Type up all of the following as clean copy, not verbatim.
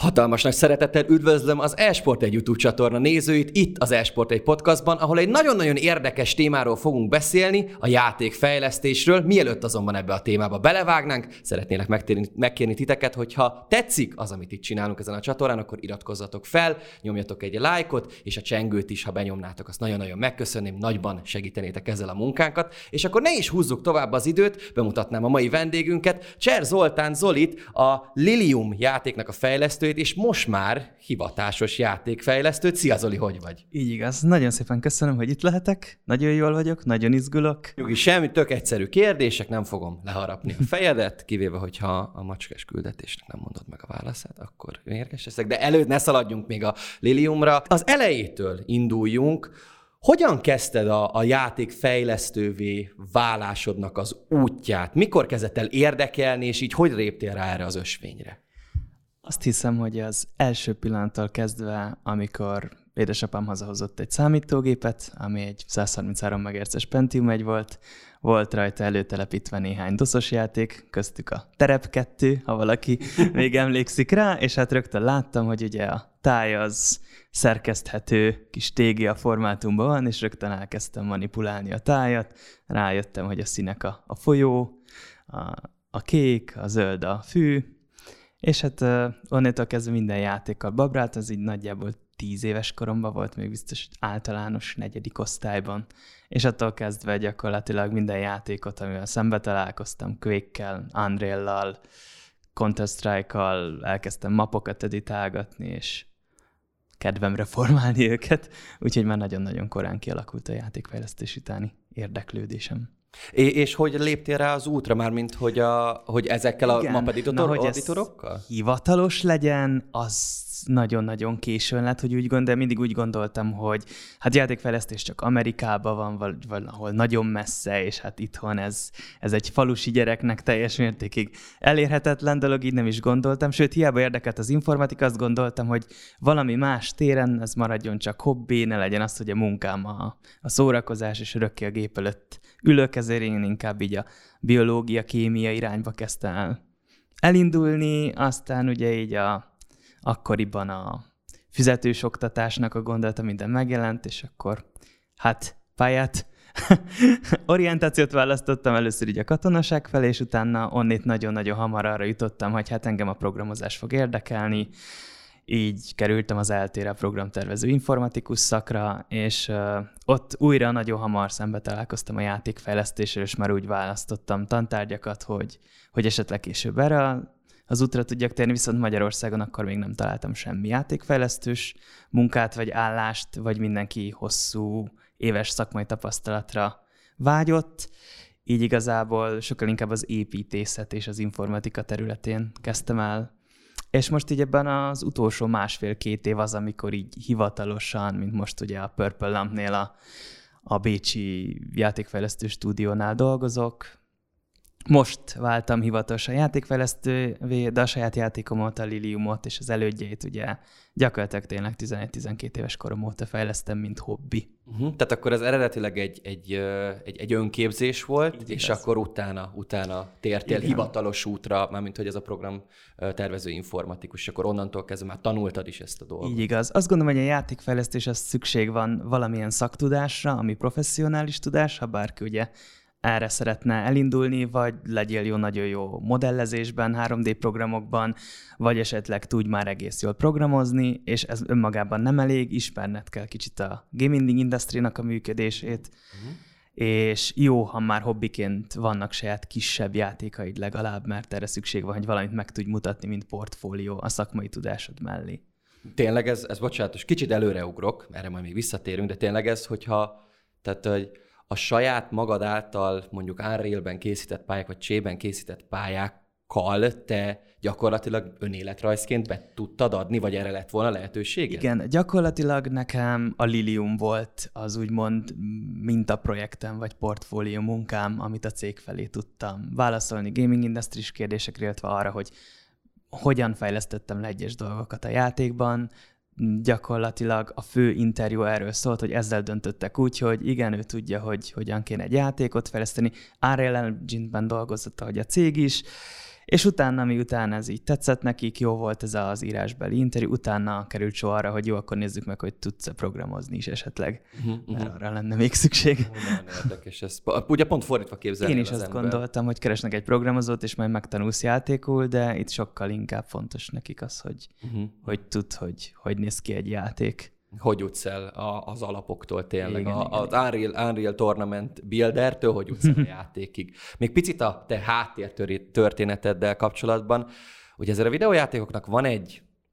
Hatalmas nagy szeretettel üdvözlöm az eSport 1 YouTube csatorna nézőit itt az eSport 1 podcastban, ahol egy nagyon-nagyon érdekes témáról fogunk beszélni, a játékfejlesztésről. Mielőtt azonban ebbe a témába belevágnánk, szeretnélek megkérni titeket, hogyha tetszik az, amit itt csinálunk ezen a csatornán, akkor iratkozzatok fel, nyomjatok egy lájkot, és a csengőt is, ha benyomnátok, azt nagyon-nagyon megköszönném, nagyban segítenétek ezzel a munkánkat. És akkor ne is húzzuk tovább az időt, bemutatnám a mai vendégünket, Cser Zoltán Zolit, a Lilium játéknak a fejlesztőjét, és most már hivatásos játékfejlesztőt. Szia Zoli, hogy vagy? Így igaz. Nagyon szépen köszönöm, hogy itt lehetek. Nagyon jól vagyok, nagyon izgulok. Nyugi, semmi, tök egyszerű kérdések, nem fogom leharapni a fejedet, kivéve, hogyha a macskás küldetésnek nem mondod meg a válaszát, akkor mérges leszek, de előtt ne szaladjunk még a Liliumra. Az elejétől induljunk. Hogyan kezdted a játékfejlesztővé válásodnak az útját? Mikor kezdett el érdekelni, és így hogy léptél rá erre az ösvényre? Azt hiszem, hogy az első pillanattól kezdve, amikor édesapám hazahozott egy számítógépet, ami egy 133 MHz-es Pentium 1 volt rajta előtelepítve néhány DOS-os játék, köztük a Terep 2, ha valaki még emlékszik rá, és hát rögtön láttam, hogy ugye a táj az szerkeszthető kis TGA formátumban van, és rögtön elkezdtem manipulálni a tájat, rájöttem, hogy a színek a folyó, a kék, a zöld a fű, és hát onnétől kezdve minden játékkal babrált, az így nagyjából 10 éves koromban volt, még biztos általános 4. osztályban, és attól kezdve gyakorlatilag minden játékot, amivel szembe találkoztam, Quake-kel, Unreal-lal, Counter-Strike-kal elkezdtem mapokat editálgatni, és kedvemre formálni őket, úgyhogy már nagyon-nagyon korán kialakult a játékfejlesztés utáni érdeklődésem. És hogy léptél rá az útra, mármint hogy ezekkel a mapeditorokkal? Hivatalos legyen, az nagyon-nagyon későn lett, hogy de mindig úgy gondoltam, hogy hát játékfejlesztés csak Amerikában van, vagy valahol nagyon messze, és hát itthon ez egy falusi gyereknek teljes mértékig elérhetetlen dolog, így nem is gondoltam, sőt, hiába érdekelt az informatika, azt gondoltam, hogy valami más téren ez maradjon csak hobbi, ne legyen az, hogy a munkám a szórakozás, és örökké a gép előtt ülök, ezért én inkább így a biológia, kémia irányba kezdtem el elindulni, aztán ugye így akkoriban a fizetős oktatásnak a gondolata minden megjelent, és akkor hát pályát, orientációt választottam először így a katonaság felé, és utána onnét nagyon-nagyon hamar arra jutottam, hogy hát engem a programozás fog érdekelni, így kerültem az ELTE-re, a programtervező informatikus szakra, és ott újra nagyon hamar szembe találkoztam a játékfejlesztéssel, és már úgy választottam tantárgyakat, hogy esetleg később erre az útra tudjak térni, viszont Magyarországon akkor még nem találtam semmi játékfejlesztős munkát, vagy állást, vagy mindenki hosszú éves szakmai tapasztalatra vágyott, így igazából sokkal inkább az építészet és az informatika területén kezdtem el. És most így ebben az utolsó 1,5-2 év az, amikor így hivatalosan, mint most ugye a Purple Lamp-nél a bécsi játékfejlesztő stúdiónál dolgozok. Most váltam hivatalosan játékfejlesztővé, de a saját játékomat, a Liliumot és az elődjeit ugye gyakorlatilag tényleg 11-12 éves korom óta fejlesztem, mint hobbi. Tehát akkor ez eredetileg egy önképzés volt, és akkor utána tértél hivatalos útra, mármint hogy ez a program tervező informatikus, és akkor onnantól kezdve már tanultad is ezt a dolgot. Így igaz. Azt gondolom, hogy a játékfejlesztés az szükség van valamilyen szaktudásra, ami professzionális tudás, ha bárki ugye erre szeretne elindulni, vagy legyél nagyon jó modellezésben, 3D programokban, vagy esetleg tudj már egész jól programozni, és ez önmagában nem elég, ismerned kell kicsit a gaming industry-nak a működését, és jó, ha már hobbiként vannak saját kisebb játékaid legalább, mert erre szükség van, hogy valamit meg tudj mutatni, mint portfólió a szakmai tudásod mellé. Tényleg ez bocsánatos, kicsit előreugrok, erre majd még visszatérünk, de tényleg ez, tehát a saját magad által mondjuk Unreal-ben készített pályák, vagy C-ben készített pályákkal te gyakorlatilag önéletrajzként be tudtad adni, vagy erre lett volna lehetősége? Igen, gyakorlatilag nekem a Lilium volt az úgymond mintaprojektem, vagy portfólió munkám, amit a cég felé tudtam válaszolni gaming industry-s kérdésekre, illetve arra, hogy hogyan fejlesztettem le egyes dolgokat a játékban. Gyakorlatilag a fő interjú erről szólt, hogy ezzel döntöttek úgy, hogy igen, ő tudja, hogy hogyan kéne egy játékot fejleszteni. Unreal Engine-ben dolgozott, ahogy a cég is, És utána, miután ez így tetszett nekik, jó volt ez az írásbeli interjú, utána került sor arra, hogy jó, akkor nézzük meg, hogy tudsz-e programozni is esetleg, mert arra lenne még szükség. Nagyon érdekes ez. Ugye pont fordítva képzelni. Én is azt gondoltam, hogy keresnek egy programozót, és majd megtanulsz játékul, de itt sokkal inkább fontos nekik az, hogy tudd, hogy néz ki egy játék. Hogy jutsz el az alapoktól tényleg, Igen, az Unreal Tournament buildertől, hogy jutsz el a játékig. Még picit a te háttértörténeteddel kapcsolatban, hogy ezért a videójátékoknak van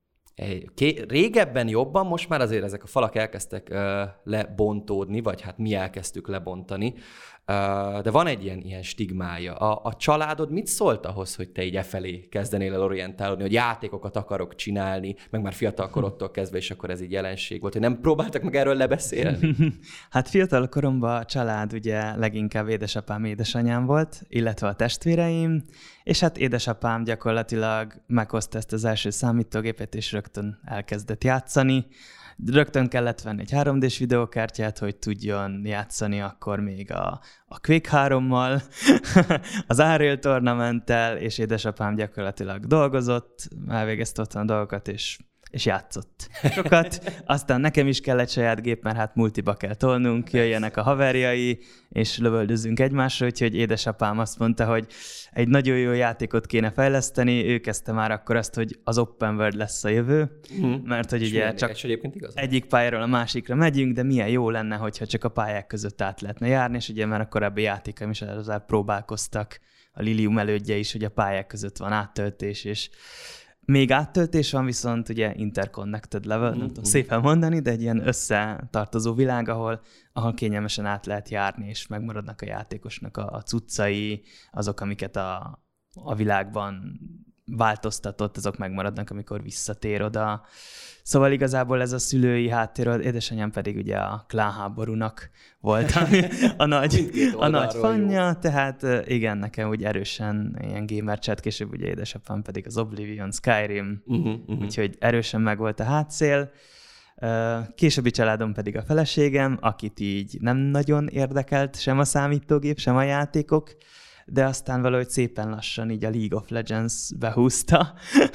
régebben jobban, most már azért ezek a falak elkezdtek lebontódni, vagy hát mi elkezdtük lebontani, de van egy ilyen stigmája. A családod mit szólt ahhoz, hogy te így efelé kezdenél el orientálódni, hogy játékokat akarok csinálni, meg már fiatal korodtól kezdve, és akkor ez így jelenség volt, hogy nem próbáltak meg erről lebeszélni? Hát fiatal koromban a család ugye leginkább édesapám, édesanyám volt, illetve a testvéreim, és hát édesapám gyakorlatilag meghozta ezt az első számítógépet, és rögtön elkezdett játszani. Rögtön kellett venni egy 3D-s videókártyát, hogy tudjon játszani akkor még a Quake 3-mal, az Unreal Tournament-tel, és édesapám gyakorlatilag dolgozott, elvégezte otthon a dolgokat, és játszott sokat. Aztán nekem is kell egy saját gép, mert hát multiba kell tolnunk, jöjjenek a haverjai, és lövöldözünk egymásra, úgyhogy édesapám azt mondta, hogy egy nagyon jó játékot kéne fejleszteni, ő kezdte már akkor azt, hogy az open world lesz a jövő, mert hogy ugye csak egyik pályáról a másikra megyünk, de milyen jó lenne, hogyha csak a pályák között át lehetne járni, és ugye már a korábbi játékaim is ezzel próbálkoztak, a Lilium elődje is, hogy a pályák között van áttöltés, és még áttöltés van, viszont ugye interconnected level, nem tudom szépen mondani, de egy ilyen összetartozó világ, ahol kényelmesen át lehet járni, és megmaradnak a játékosnak a cuccai, azok, amiket a világban változtatott, azok megmaradnak, amikor visszatér oda. Szóval igazából ez a szülői háttér, édesanyám pedig ugye a klánháborúnak volt a nagy fanja, tehát igen, nekem úgy erősen ilyen gamer chat, később ugye édesapám pedig az Oblivion, Skyrim, úgyhogy erősen megvolt a hátszél. Későbbi családom pedig a feleségem, akit így nem nagyon érdekelt sem a számítógép, sem a játékok, de aztán valahogy szépen lassan így a League of Legends behúzta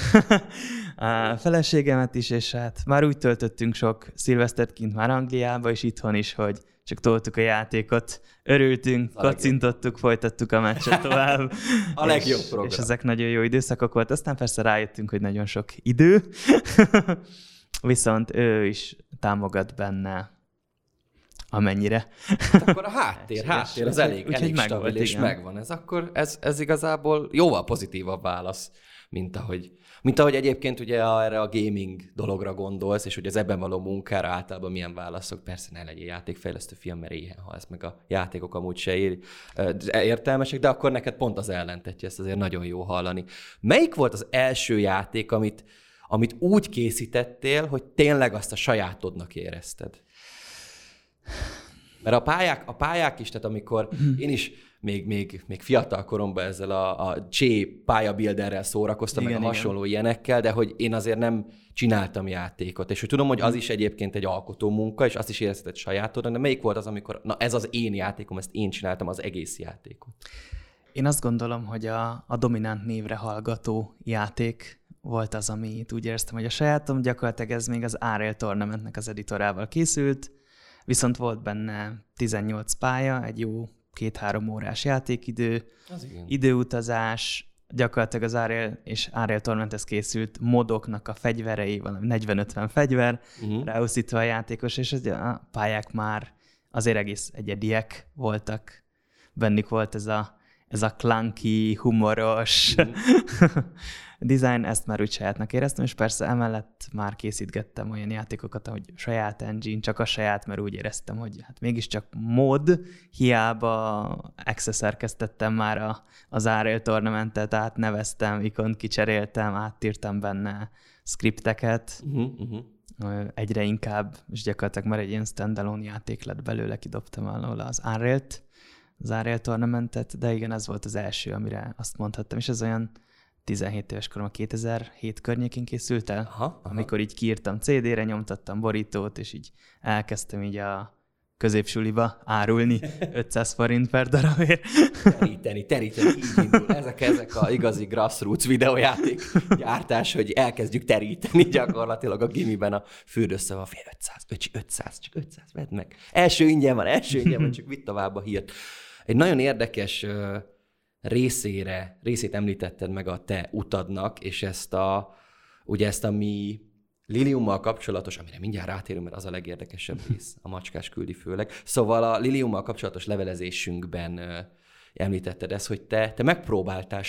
a feleségemet is, és hát már úgy töltöttünk sok szilvesztert kint már Angliába, és itthon is, hogy csak toltuk a játékot, örültünk, kacintottuk, folytattuk a meccset tovább. A legjobb program. És ezek nagyon jó időszakok volt. Aztán persze rájöttünk, hogy nagyon sok idő, viszont ő is támogat benne, amennyire. Hát akkor a háttér az elég stabil, és megvan. Ez igazából jóval pozitívabb válasz, mint ahogy egyébként ugye erre a gaming dologra gondolsz, és hogy az ebben való munkára általában milyen válaszok, persze ne legyél játékfejlesztő film, mert éhen halsz, meg a játékok amúgy se értelmesek, de akkor neked pont az ellentetje, ezt azért nagyon jó hallani. Melyik volt az első játék, amit úgy készítettél, hogy tényleg azt a sajátodnak érezted? Mert a pályák is, tehát amikor én is még fiatal koromban ezzel a C pályabuilderrel szórakoztam, meg a hasonló ilyenekkel, de hogy én azért nem csináltam játékot. És hogy tudom, hogy az is egyébként egy alkotó munka, és azt is érezted sajátodnak, de melyik volt az, amikor ez az én játékom, ezt én csináltam az egész játékot? Én azt gondolom, hogy a dominánt névre hallgató játék volt az, amit úgy éreztem, hogy a sajátom, gyakorlatilag ez még az Unreal Tournamentnek az editorával készült, viszont volt benne 18 pálya, egy jó 2-3 órás játékidő, időutazás, gyakorlatilag az Unreal Tournamenthez készült modoknak a fegyverei, valami 40-50 fegyver, ráúszítva a játékos, és a pályák már azért egész egyediek voltak. Bennük volt ez a clunky, humoros design, ezt már úgy sajátnak éreztem, és persze emellett már készítgettem olyan játékokat, ahogy saját engine, csak a saját, mert úgy éreztem, hogy hát mégiscsak mod, hiába access-szerkesztettem már az Unreal Tournamentet, átneveztem, ikont kicseréltem, átírtam benne scripteket, egyre inkább, és gyakorlatilag már egy ilyen standalone játék lett belőle, kidobtam alól az Unreal Tournamentet, de igen, ez volt az első, amire azt mondhattam, és ez olyan 17 éves korom, 2007 környékén készült el, amikor így kiírtam CD-re, nyomtattam borítót, és így elkezdtem így a középsuliba árulni 500 forint per darabért. Teríteni, így indul. Ezek a igazi grassroots videójáték gyártás, hogy elkezdjük teríteni gyakorlatilag a gimiben a fürdőszava. 500, csak 500, vedd meg. Első ingyen van, csak vidd tovább a hírt. Egy nagyon érdekes részét említetted meg a te utadnak, és ezt a mi Liliummal kapcsolatos, amire mindjárt rátérünk, mert az a legérdekesebb rész, a macskás küldi főleg. Szóval a Liliummal kapcsolatos levelezésünkben említetted ezt, hogy te megpróbáltál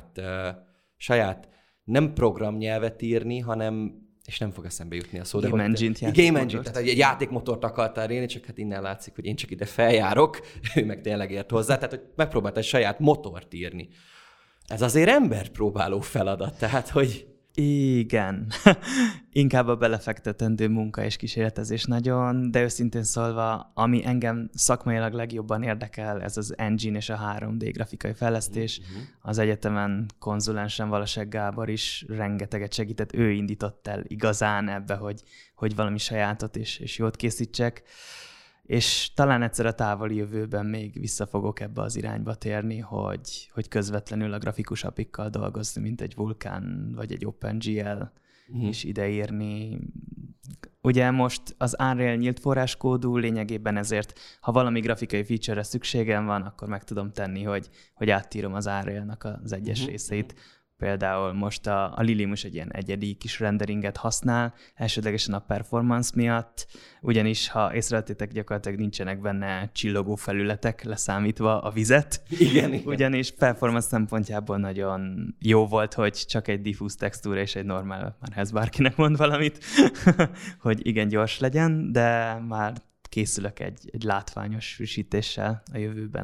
saját nem programnyelvet írni, hanem, és nem fog eszembe jutni a szó, Game Engine-t. Game Engine, tehát egy játékmotort akartál írni, csak hát innen látszik, hogy én csak ide feljárok, ő meg tényleg ért hozzá, tehát hogy megpróbáltál saját motort írni. Ez azért emberpróbáló feladat, tehát hogy... Igen. Inkább a belefektetendő munka és kísérletezés nagyon, de őszintén szólva, ami engem szakmailag legjobban érdekel, ez az engine és a 3D grafikai fejlesztés. Az egyetemen konzulensem Valaság Gábor is rengeteget segített, ő indított el igazán ebbe, hogy valami sajátot és jót készítsek. És talán egyszer a távoli jövőben még vissza fogok ebbe az irányba térni, hogy közvetlenül a grafikus apikkal dolgozni, mint egy Vulkan vagy egy OpenGL is ideírni. Ugye most az Unreal nyílt forráskódú, lényegében ezért, ha valami grafikai feature-re szükségem van, akkor meg tudom tenni, hogy áttírom az Unreal-nak az egyes részeit. Például most a Lilium is egy ilyen egyedi kis renderinget használ, elsődlegesen a performance miatt, ugyanis ha észrevettétek, gyakorlatilag nincsenek benne csillogó felületek, leszámítva a vizet. Igen. Ugyanis performance szempontjából nagyon jó volt, hogy csak egy diffúz textúra és egy normál, már ez bárkinek mond valamit, hogy igen gyors legyen, de már készülök egy látványos frissítéssel a jövőben,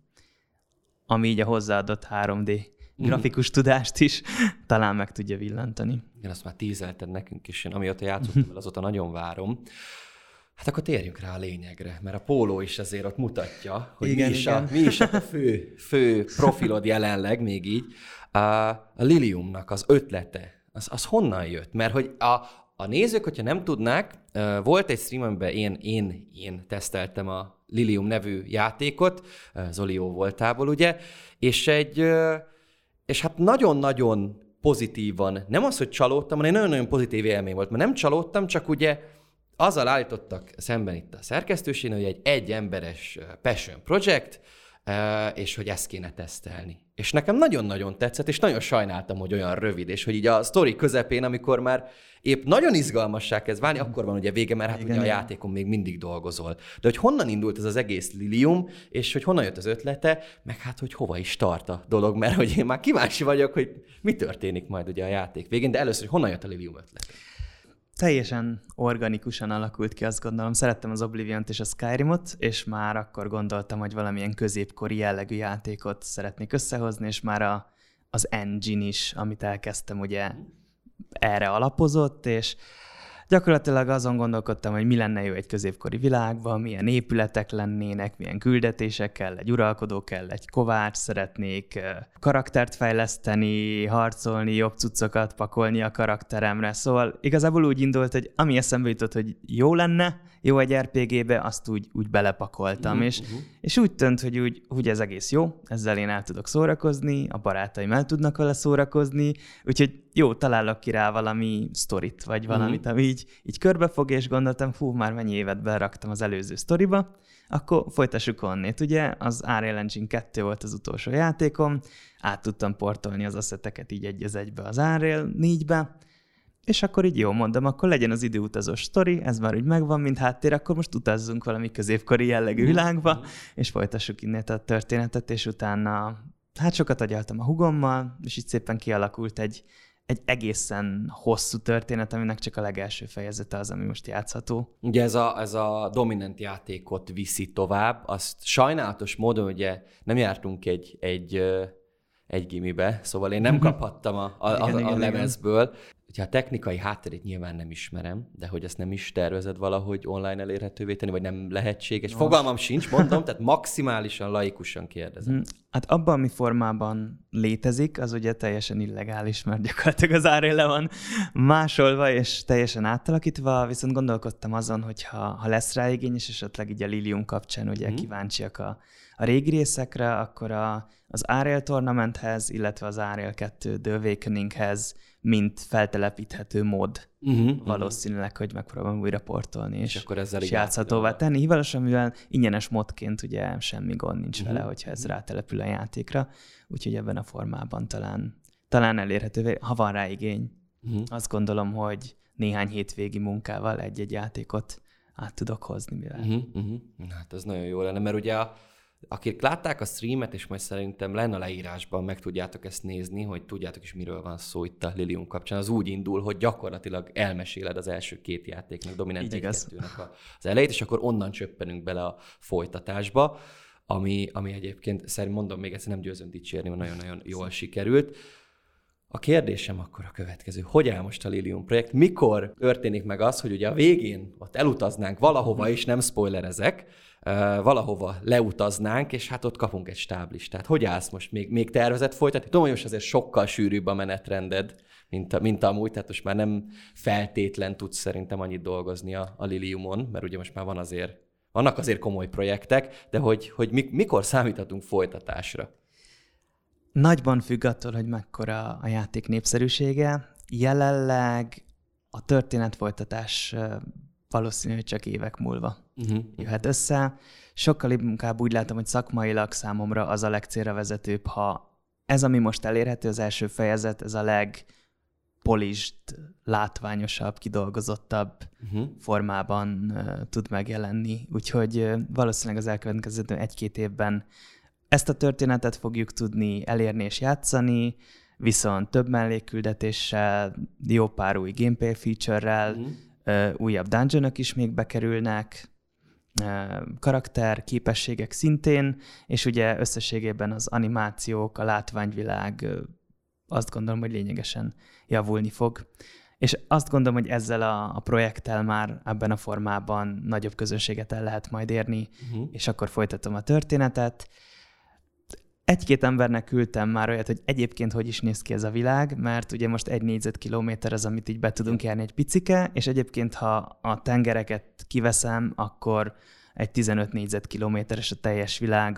ami így a hozzáadott 3D grafikus tudást is talán meg tudja villantani. Igen, azt már tízelted nekünk is, én amióta játszottam el, azóta nagyon várom. Hát akkor térjünk rá a lényegre, mert a póló is azért ott mutatja, hogy igen, mi is a fő profilod jelenleg, még így. A Liliumnak az ötlete, az honnan jött? Mert hogy a nézők, hogyha nem tudnák, volt egy stream, amiben én teszteltem a Lilium nevű játékot, Zolió voltából, ugye, és hát nagyon-nagyon pozitívan, nem az, hogy csalódtam, hanem egy nagyon-nagyon pozitív élmény volt, mert nem csalódtam, csak ugye azzal állítottak szemben itt a szerkesztőségnél, hogy egy emberes passion project, és hogy ezt kéne tesztelni. És nekem nagyon-nagyon tetszett, és nagyon sajnáltam, hogy olyan rövid, és hogy így a sztori közepén, amikor már épp nagyon izgalmassá kezd válni, akkor van ugye vége, mert hát ugye a játékon még mindig dolgozol. De hogy honnan indult ez az egész Lilium, és hogy honnan jött az ötlete, meg hát, hogy hova is tart a dolog, mert hogy én már kíváncsi vagyok, hogy mi történik majd ugye a játék végén, de először, hogy honnan jött a Lilium ötlete. Teljesen organikusan alakult ki, azt gondolom. Szerettem az Oblivion-t és a Skyrimot, és már akkor gondoltam, hogy valamilyen középkori jellegű játékot szeretnék összehozni, és már az engine is, amit elkezdtem, ugye erre alapozott, és gyakorlatilag azon gondolkodtam, hogy mi lenne jó egy középkori világban, milyen épületek lennének, milyen küldetések kell, egy uralkodó kell, egy kovács, szeretnék karaktert fejleszteni, harcolni, jobb cuccokat pakolni a karakteremre. Szóval igazából úgy indult, hogy ami eszembe jutott, hogy jó lenne, jó egy RPG-be, azt úgy belepakoltam, és úgy tűnt, hogy ez egész jó, ezzel én el tudok szórakozni, a barátaim el tudnak vele szórakozni, úgyhogy jó, találok ki rá valami sztorit, vagy valamit, ami így körbefog, és gondoltam, már mennyi évet beraktam az előző sztoriba, akkor folytassuk onnét. Ugye az Unreal Engine 2 volt az utolsó játékom, át tudtam portolni az asszeteket így egy az egybe az Unreal 4-be, és akkor így jó mondom, akkor legyen az időutazós sztori, ez már úgy megvan, mint háttér, akkor most utazzunk valami középkori jellegű világba, és folytassuk innét a történetet, és utána hát sokat agyaltam a hugommal, és így szépen kialakult egy egészen hosszú történet, aminek csak a legelső fejezete az, ami most játszható. Ugye ez a dominant játékot viszi tovább, azt sajnálatos módon ugye nem jártunk egy gimibe, szóval én nem kaphattam a lemezből. hogyha a technikai hátterét nyilván nem ismerem, de hogy ezt nem is tervezed valahogy online elérhetővé tenni, vagy nem lehetséges? Fogalmam sincs, mondom, tehát maximálisan laikusan kérdezem. Hát abban, ami formában létezik, az ugye teljesen illegális, mert gyakorlatilag az áré le van másolva és teljesen átalakítva, viszont gondolkodtam azon, hogy ha lesz rá igény, és esetleg így a Lilium kapcsán ugye kíváncsiak a régi részekre, akkor az Unreal Tournamenthez, illetve az Unreal 2 The Awakeninghez mint feltelepíthető mód valószínűleg, hogy megpróbálom újra portolni, és akkor ezzel játszhatóvá tenni. Hivalosan, mivel ingyenes modként ugye semmi gond nincs vele, hogyha ez rátelepül a játékra, úgyhogy ebben a formában talán elérhető, ha van rá igény. Azt gondolom, hogy néhány hétvégi munkával egy-egy játékot át tudok hozni mivel. Hát ez nagyon jó lenne, mert ugye akik látták a streamet, és majd szerintem lenne a leírásban, meg tudjátok ezt nézni, hogy tudjátok is, miről van szó itt a Lilium kapcsán. Az úgy indul, hogy gyakorlatilag elmeséled az első két játéknak, Dominant 1-2-nek az elejét, és akkor onnan csöppenünk bele a folytatásba, ami egyébként, szerintem mondom még egyszer, nem győzöm dicsérni, mert nagyon-nagyon jól sikerült. A kérdésem akkor a következő. Hogy áll most a Lilium projekt? Mikor történik meg az, hogy ugye a végén ott elutaznánk valahova, és nem spoilerezek, valahova leutaznánk, és hát ott kapunk egy stáblistát. Hogy állsz most? Még tervezett folytatni? Tudom, hogy most azért sokkal sűrűbb a menetrended, mint amúgy, tehát most már nem feltétlen tudsz szerintem annyit dolgozni a Liliumon, mert ugye most már vannak azért komoly projektek, de hogy mikor számíthatunk folytatásra? Nagyban függ attól, hogy mekkora a játék népszerűsége. Jelenleg a történetfolytatás valószínű, hogy csak évek múlva jöhet össze. Sokkal inkább úgy látom, hogy szakmailag számomra az a legcélra vezetőbb, ha ez, ami most elérhető, az első fejezet, ez a legpolished, látványosabb, kidolgozottabb formában tud megjelenni. Úgyhogy valószínűleg az elkövetkező 1-2 évben ezt a történetet fogjuk tudni elérni és játszani, viszont több mellékküldetéssel, jó pár új gameplay feature-rel, újabb dungeonok is még bekerülnek, karakter, képességek szintén, és ugye összességében az animációk, a látványvilág azt gondolom, hogy lényegesen javulni fog. És azt gondolom, hogy ezzel a projekttel már ebben a formában nagyobb közönséget el lehet majd érni, és akkor folytatom a történetet. 1-2 embernek küldtem már olyat, hogy egyébként hogy is néz ki ez a világ, mert ugye most 1 négyzetkilométer az, amit így be tudunk járni egy picike, és egyébként, ha a tengereket kiveszem, akkor egy 15 négyzetkilométeres a teljes világ,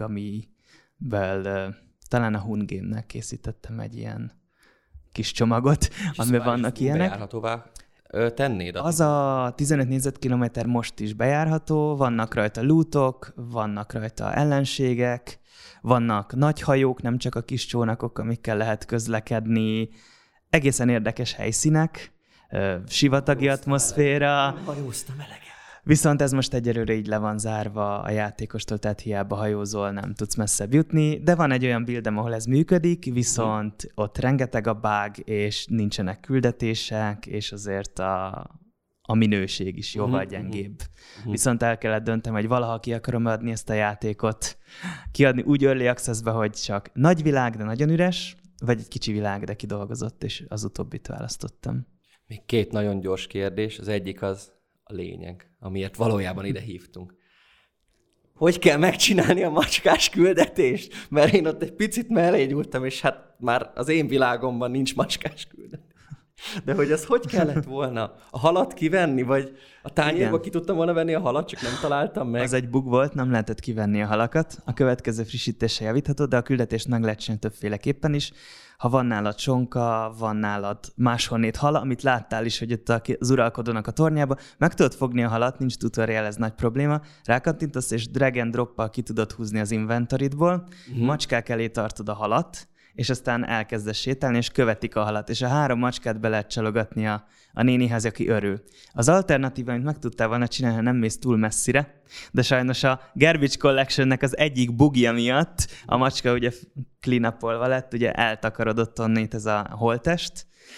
amiből talán a Hun Game-nek készítettem egy ilyen kis csomagot, amiben vannak ilyenek. Bejárhatóvá tennéd? Az a 15 négyzetkilométer most is bejárható, vannak rajta lootok, vannak rajta ellenségek, vannak nagy hajók, nem csak a kis csónakok, amikkel lehet közlekedni, egészen érdekes helyszínek, sivatagi atmoszféra. Hajóztam eleget. Viszont ez most egyelőre így le van zárva a játékostól, tehát hiába hajózol, nem tudsz messzebb jutni, de van egy olyan buildem, ahol ez működik, viszont ott rengeteg a bug, és nincsenek küldetések, és azért a minőség is jóval gyengébb. Viszont el kellett döntem, hogy valaha ki akarom adni ezt a játékot, kiadni úgy early access-be, hogy csak nagy világ, de nagyon üres, vagy egy kicsi világ, de kidolgozott, és az utóbbit választottam. Még 2 nagyon gyors kérdés. Az egyik az a lényeg, amiért valójában ide hívtunk. Hogy kell megcsinálni a macskás küldetést? Mert én ott egy picit mellé nyúltam, és hát már az én világomban nincs macskás küldetés. De hogy az hogy kellett volna? A halat kivenni, vagy a tányérba ki tudtam volna venni a halat, csak nem találtam meg? Az egy bug volt, nem lehetett kivenni a halakat. A következő frissítéssel javítható, de a küldetést meg lehet csinálni többféleképpen is. Ha van nálad csonka, van nálad máshonnét hala, amit láttál is, hogy ott az uralkodónak a tornyába, meg tudod fogni a halat, nincs tutorial, ez nagy probléma. Rákattintasz, és drag and droppal ki tudod húzni az inventoridból, macskák elé tartod a halat, és aztán elkezdesz sétálni, és követik a halat, és a 3 macskát be lehet csalogatni a nénihez, aki örül. Az alternatíva, amit meg tudtál volna csinálni, ha nem mész túl messzire, de sajnos a Garbage Collectionnek az egyik bugja miatt a macska ugye clean-upolva lett, ugye eltakarodott onnét ez a holttest,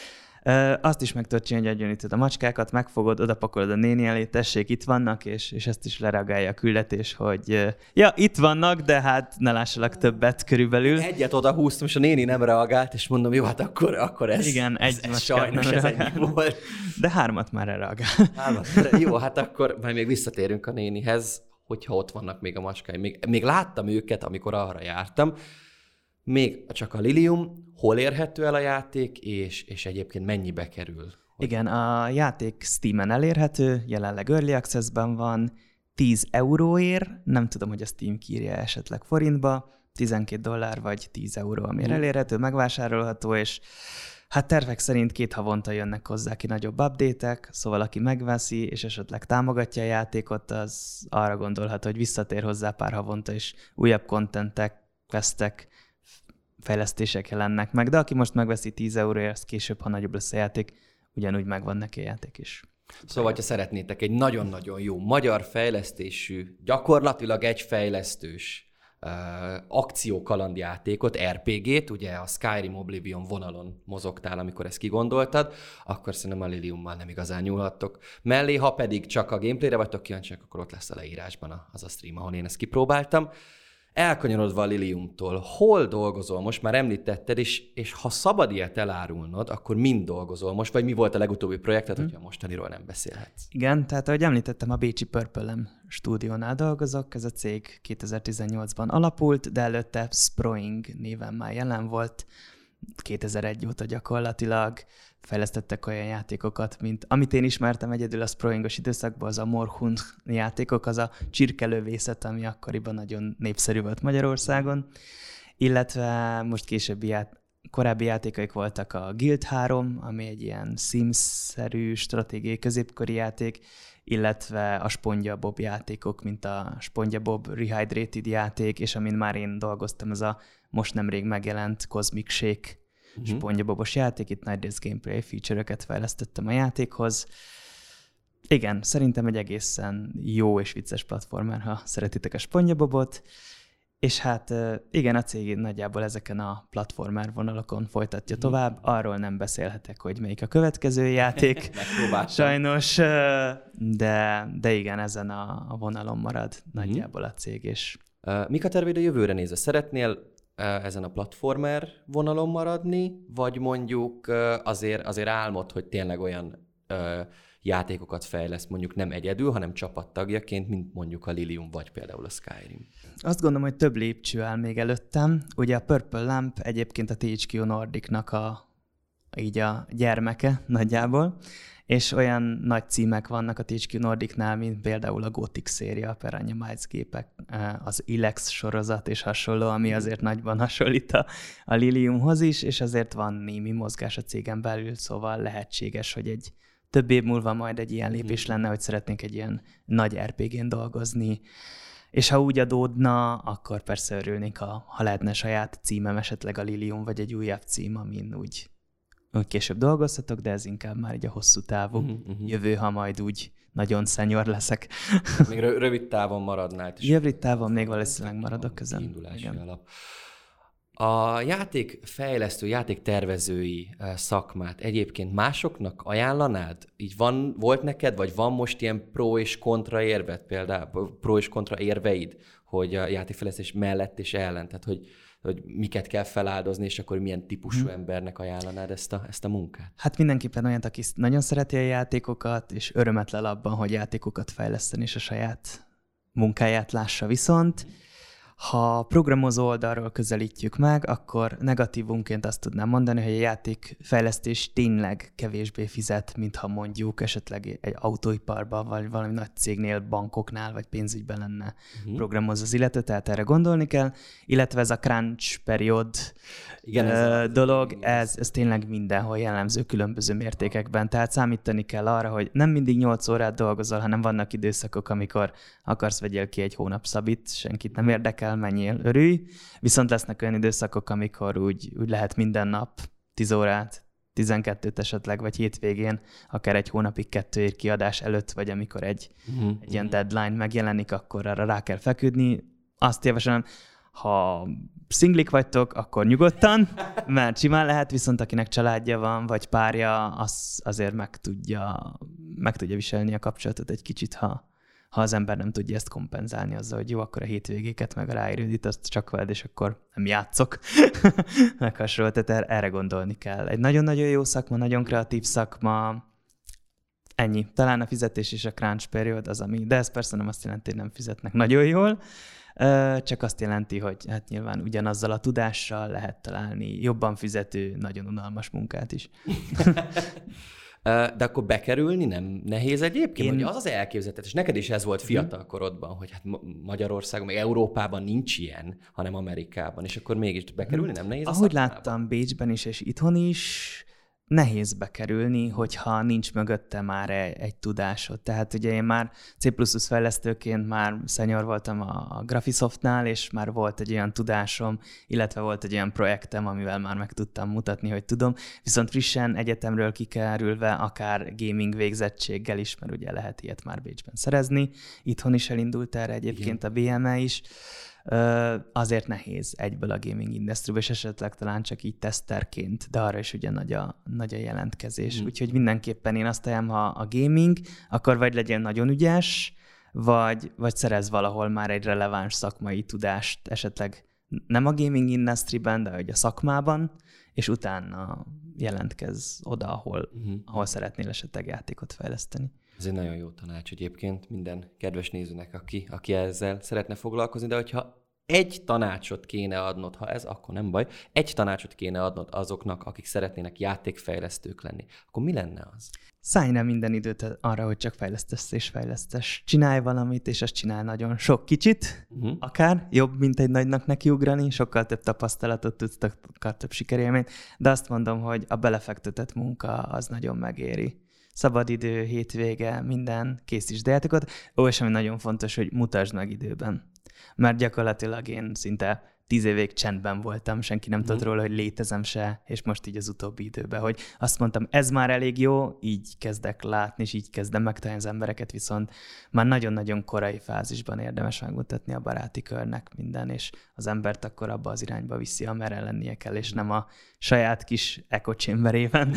Azt is meg tudod csinálni, hogy adjon a macskákat, megfogod, odapakolod a néni elé, tessék, itt vannak, és ezt is lereagálja a küldetés, hogy ja, itt vannak, de hát ne lássalak többet körülbelül. Egyet oda húztam, és a néni nem reagált, és mondom, jó, hát akkor ez, igen, ez sajnos ez ennyi volt. De 3 már reagál. 3, jó, hát akkor majd még visszatérünk a nénihez, hogyha ott vannak még a macskáim. Még láttam őket, amikor arra jártam. Még csak a Lilium, hol érhető el a játék, és egyébként mennyibe kerül? Igen, a játék Steamen elérhető, jelenleg Early Access-ben van, 10 euróért, nem tudom, hogy a Steam kírja esetleg forintba, $12 vagy 10 euró, amire elérhető, megvásárolható, és hát tervek szerint 2 havonta jönnek hozzá ki nagyobb update-ek, szóval aki megveszi, és esetleg támogatja a játékot, az arra gondolhat, hogy visszatér hozzá pár havonta, és újabb contentek, questek, fejlesztések jelennek meg, de aki most megveszi 10 euróért, az később, ha nagyobb lesz a játék, ugyanúgy megvan neki a játék is. Szóval, ha szeretnétek egy nagyon-nagyon jó magyar fejlesztésű, gyakorlatilag egy fejlesztős akciókalandjátékot, RPG-t, ugye a Skyrim Oblivion vonalon mozogtál, amikor ezt kigondoltad, akkor szerintem a Liliummal nem igazán nyúlhattok mellé, ha pedig csak a gameplayre vagytok kíváncsiak, akkor ott lesz a leírásban az a stream, ahol én ezt kipróbáltam. Elkanyarodva a Liliumtól, hol dolgozol most? Már említetted, és ha szabad ilyet elárulnod, akkor mind dolgozol most, vagy mi volt a legutóbbi projekted, hogyha mostaniról nem beszélhetsz? Igen, tehát ahogy említettem, a bécsi Purple Lamp stúdiónál dolgozok, ez a cég 2018-ban alapult, de előtte Sproing néven már jelen volt, 2001 óta gyakorlatilag fejlesztettek olyan játékokat, mint amit én ismertem egyedül a Sproingos időszakban, az a Morhund játékok, az a csirkelővészet, ami akkoriban nagyon népszerű volt Magyarországon, illetve most későbbi korábbi játékaik voltak a Guild 3, ami egy ilyen Sims-szerű stratégiai középkori játék, illetve a SpongeBob játékok, mint a SpongeBob Rehydrated játék, és amin már én dolgoztam, ez a most nemrég megjelent Cosmic Shake SpongeBobos játék, itt nagy rész gameplay feature-öket fejlesztettem a játékhoz. Igen, szerintem egy egészen jó és vicces platformer, ha szeretitek a SpongeBobot, és hát igen, a cég nagyjából ezeken a platformer vonalakon folytatja tovább, arról nem beszélhetek, hogy melyik a következő játék, sajnos, de igen, ezen a vonalon marad nagyjából a cég. És... Mik a terveid a jövőre nézve? Szeretnél ezen a platformer vonalon maradni, vagy mondjuk azért álmod, hogy tényleg olyan játékokat fejleszt, mondjuk nem egyedül, hanem csapattagjaként, mint mondjuk a Lilium, vagy például a Skyrim? Azt gondolom, hogy több lépcső áll még előttem. Ugye a Purple Lamp egyébként a THQ Nordicnak a gyermeke nagyjából, és olyan nagy címek vannak a THQ Nordicnál, mint például a Gothic széria, a Piranha Bytes gépek, az Ilex sorozat és hasonló, ami azért nagyban hasonlít a Liliumhoz is, és azért van némi mozgás a cégen belül, szóval lehetséges, hogy egy több év múlva majd egy ilyen lépés lenne, hogy szeretnénk egy ilyen nagy RPG-n dolgozni, és ha úgy adódna, akkor persze örülnénk, ha lehetne saját címem, esetleg a Lilium, vagy egy újabb cím, amin úgy később dolgozhatok, de ez inkább már egy a hosszú távú jövő, ha majd úgy nagyon szenyor leszek. Még rövid távon maradnál. Rövid távon még valószínűleg maradok közben. Indulási alap. A játékfejlesztő, játéktervezői szakmát egyébként másoknak ajánlanád? Így volt neked, vagy van most ilyen pro és kontra érved, például pro és kontra érveid, hogy a játékfejlesztés mellett és ellen, tehát hogy miket kell feláldozni, és akkor milyen típusú embernek ajánlanád ezt a munkát? Hát mindenképpen olyat, aki nagyon szereti a játékokat, és örömet lel abban, hogy játékokat fejleszteni, és a saját munkáját lássa viszont. Ha programozó oldalról közelítjük meg, akkor negatívunként azt tudnám mondani, hogy a játékfejlesztés tényleg kevésbé fizet, mintha mondjuk esetleg egy autóiparban, vagy valami nagy cégnél, bankoknál, vagy pénzügyben lenne programozó az illető, tehát erre gondolni kell, illetve ez a crunch period dolog, ez tényleg mindenhol jellemző különböző mértékekben, tehát számítani kell arra, hogy nem mindig 8 órát dolgozol, hanem vannak időszakok, amikor akarsz vegyél ki egy hónap szabit, senkit nem érdekel, menjél, örülj, viszont lesznek olyan időszakok, amikor úgy lehet minden nap 10 órát, 12-t esetleg, vagy hétvégén, akár egy hónapig 2 kiadás előtt, vagy amikor egy ilyen deadline megjelenik, akkor arra rá kell feküdni. Azt javaslom, ha szinglik vagytok, akkor nyugodtan, mert simán lehet, viszont akinek családja van, vagy párja, az azért meg tudja viselni a kapcsolatot egy kicsit, ha az ember nem tudja ezt kompenzálni azzal, hogy jó, akkor a hétvégéket meg a ráérődít, azt csak veled, és akkor nem játszok. Meg hasonló, tehát erre gondolni kell. Egy nagyon-nagyon jó szakma, nagyon kreatív szakma, ennyi. Talán a fizetés és a crunch period az, ami, de ez persze nem azt jelenti, hogy nem fizetnek nagyon jól, csak azt jelenti, hogy hát nyilván ugyanazzal a tudással lehet találni jobban fizető, nagyon unalmas munkát is. De akkor bekerülni nem nehéz egyébként? Vagy az elképzelhetetlen, és neked is ez volt fiatal korodban, hogy hát Magyarországon, meg Európában nincs ilyen, hanem Amerikában, és akkor mégis bekerülni nem nehéz? Ahogy láttam Bécsben is, és itthon is, nehéz bekerülni, hogyha nincs mögötte már egy tudásod. Tehát ugye én már C++ fejlesztőként már senior voltam a Graphisoftnál, és már volt egy olyan tudásom, illetve volt egy olyan projektem, amivel már meg tudtam mutatni, hogy tudom. Viszont frissen egyetemről kikerülve, akár gaming végzettséggel is, mert ugye lehet ilyet már Bécsben szerezni. Itthon is elindult erre egyébként a BME is. Azért nehéz egyből a gaming industry-ba, és esetleg talán csak így teszterként, de arra is ugye nagy a jelentkezés. Úgyhogy mindenképpen én azt ajánlom, ha a gaming, akkor vagy legyen nagyon ügyes, vagy szerez valahol már egy releváns szakmai tudást, esetleg nem a gaming industry-ben, de hogy a szakmában, és utána jelentkez oda, ahol szeretnél esetleg játékot fejleszteni. Ez egy nagyon jó tanács egyébként minden kedves nézőnek, aki ezzel szeretne foglalkozni, de hogyha egy tanácsot kéne adnod, ha ez, akkor nem baj, egy tanácsot kéne adnod azoknak, akik szeretnének játékfejlesztők lenni, akkor mi lenne az? Szállj rá minden időt arra, hogy csak fejlesztesz és fejlesztesz. Csinálj valamit, és azt csinál nagyon sok kicsit, akár jobb, mint egy nagynak nekiugrani, sokkal több tapasztalatot tudsz, sokkal több sikerélményt, de azt mondom, hogy a belefektetett munka az nagyon megéri. Szabadidő, hétvége, minden, készítsd a játékot. És ami nagyon fontos, hogy mutasd meg időben. Mert gyakorlatilag én szinte 10 évig csendben voltam, senki nem tudott róla, hogy létezem se, és most így az utóbbi időben, hogy azt mondtam, ez már elég jó, így kezdek látni, és így kezdem megtalálni az embereket, viszont már nagyon-nagyon korai fázisban érdemes megmutatni a baráti körnek minden, és az embert akkor abba az irányba viszi, amerre lennie kell, és nem a saját kis echo chamberében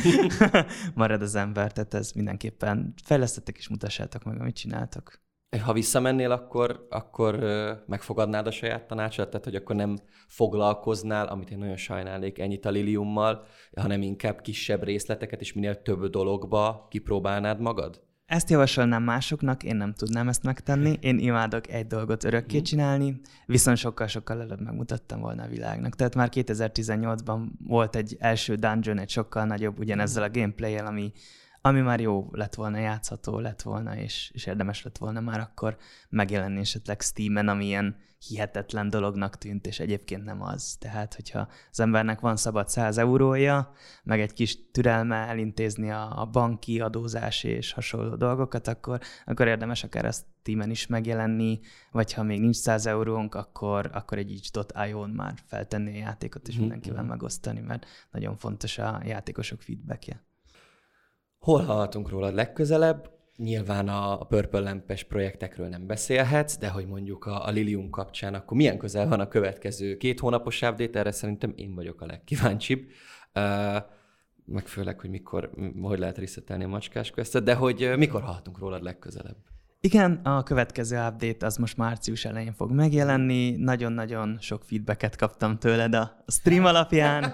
marad az ember, tehát ez mindenképpen fejlesztettek és mutassátok meg, amit csináltok. Ha visszamennél, akkor megfogadnád a saját tanácsot, tehát hogy akkor nem foglalkoznál, amit én nagyon sajnálnék, ennyit a Liliummal, hanem inkább kisebb részleteket és minél több dologba kipróbálnád magad? Ezt javasolnám másoknak, én nem tudnám ezt megtenni. Én imádok egy dolgot örökké csinálni, viszont sokkal-sokkal előbb megmutattam volna a világnak. Tehát már 2018-ban volt egy első dungeon, egy sokkal nagyobb ugyanezzel a gameplay-el, ami már jó lett volna, játszható lett volna, és érdemes lett volna már akkor megjelenni esetleg Steamen, ami ilyen hihetetlen dolognak tűnt, és egyébként nem az. Tehát, hogyha az embernek van szabad 100 eurója, meg egy kis türelme elintézni a banki adózás és hasonló dolgokat, akkor érdemes akár a Steamen is megjelenni, vagy ha még nincs 100 eurónk, akkor egy itch.io-n már feltenni a játékot, és mindenkivel megosztani, mert nagyon fontos a játékosok feedbackje. Hol hallhatunk rólad legközelebb? Nyilván a Purple Lamp-es projektekről nem beszélhetsz, de hogy mondjuk a Lilium kapcsán, akkor milyen közel van a következő 2 hónapos update? Erre szerintem én vagyok a legkíváncsibb. Meg főleg, hogy hogy lehet resetelni a macskás questet, de hogy mikor hallhatunk rólad legközelebb? Igen, a következő update az most március elején fog megjelenni. Nagyon-nagyon sok feedbacket kaptam tőled a stream alapján.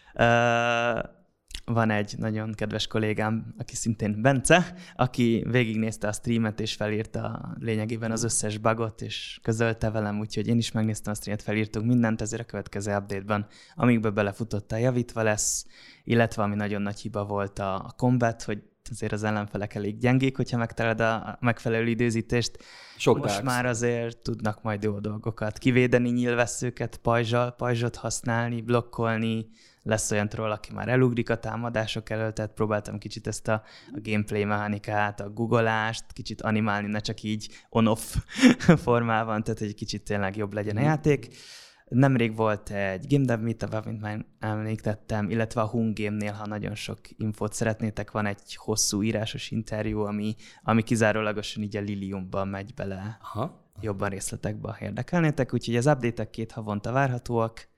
Van egy nagyon kedves kollégám, aki szintén Bence, aki végignézte a streamet és felírta lényegében az összes bugot, és közölte velem, úgyhogy én is megnéztem a streamet, felírtunk mindent, ezért a következő update-ban, amikbe belefutottál, javítva lesz, illetve ami nagyon nagy hiba volt a combat, hogy azért az ellenfelek elég gyengék, hogyha megtalálod a megfelelő időzítést. Most már azért tudnak majd jó dolgokat kivédeni, nyílvesszőket, pajzsot használni, blokkolni. Lesz olyan troll, aki már elugrik a támadások elől, tehát próbáltam kicsit ezt a gameplay mechanikát, a googolást, kicsit animálni, ne csak így on-off formában, tehát egy kicsit tényleg jobb legyen a játék. Nemrég volt egy Game Dev Meetup, amit már említettem, illetve a Hung Game-nél, ha nagyon sok infót szeretnétek, van egy hosszú írásos interjú, ami kizárólagosan így a Liliumban megy bele. Jobban részletekbe érdekelnétek, úgyhogy az update-ek 2 havonta várhatóak,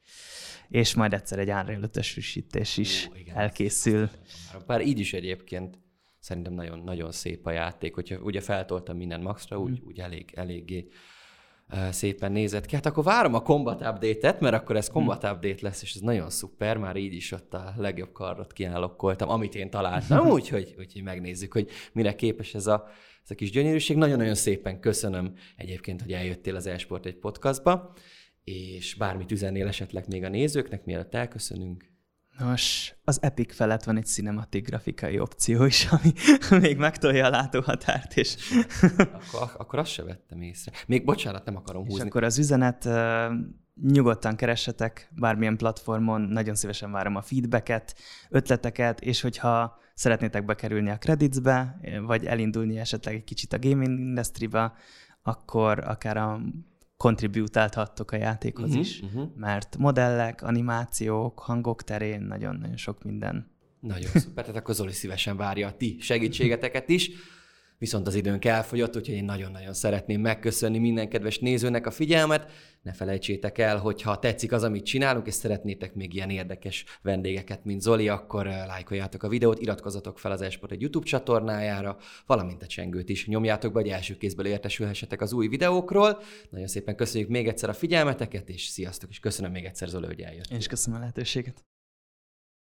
és majd egyszer egy Unreal 5-ös frissítés is elkészül. Bár így is egyébként szerintem nagyon-nagyon szép a játék, hogyha ugye feltoltam minden maxra, úgy eléggé szépen nézett ki. Hát akkor várom a Combat Update-et, mert akkor ez Combat Update lesz, és ez nagyon szuper, már így is ott a legjobb kardot kiállokkoltam, amit én találtam, úgyhogy megnézzük, hogy mire képes ez a kis gyönyörűség. Nagyon-nagyon szépen köszönöm egyébként, hogy eljöttél az eSport egy podcastba, és bármit üzennél esetleg még a nézőknek, mielőtt elköszönünk. Nos, az Epic felett van egy cinematic grafikai opció is, ami még megtolja a látóhatárt, és... akkor azt se vettem észre. Még bocsánat, nem akarom húzni. És akkor az üzenet, nyugodtan keressetek bármilyen platformon, nagyon szívesen várom a feedbacket, ötleteket, és hogyha szeretnétek bekerülni a creditsbe, vagy elindulni esetleg egy kicsit a gaming industryba, akkor akár a kontribútálhattok a játékhoz is, mert modellek, animációk, hangok terén nagyon-nagyon sok minden. Nagyon szuper, tehát akkor Zoli szívesen várja a ti segítségeteket is. Viszont az időnk elfogyott, úgyhogy én nagyon-nagyon szeretném megköszönni minden kedves nézőnek a figyelmet. Ne felejtsétek el, hogy ha tetszik az, amit csinálunk, és szeretnétek még ilyen érdekes vendégeket, mint Zoli, akkor lájkoljátok a videót, iratkozzatok fel az eSport egy YouTube csatornájára, valamint a csengőt is nyomjátok be, hogy első kézből értesülhessetek az új videókról. Nagyon szépen köszönjük még egyszer a figyelmeteket, és sziasztok, és köszönöm még egyszer, Zoli, hogy eljöttél. Én is köszönöm a lehetőséget.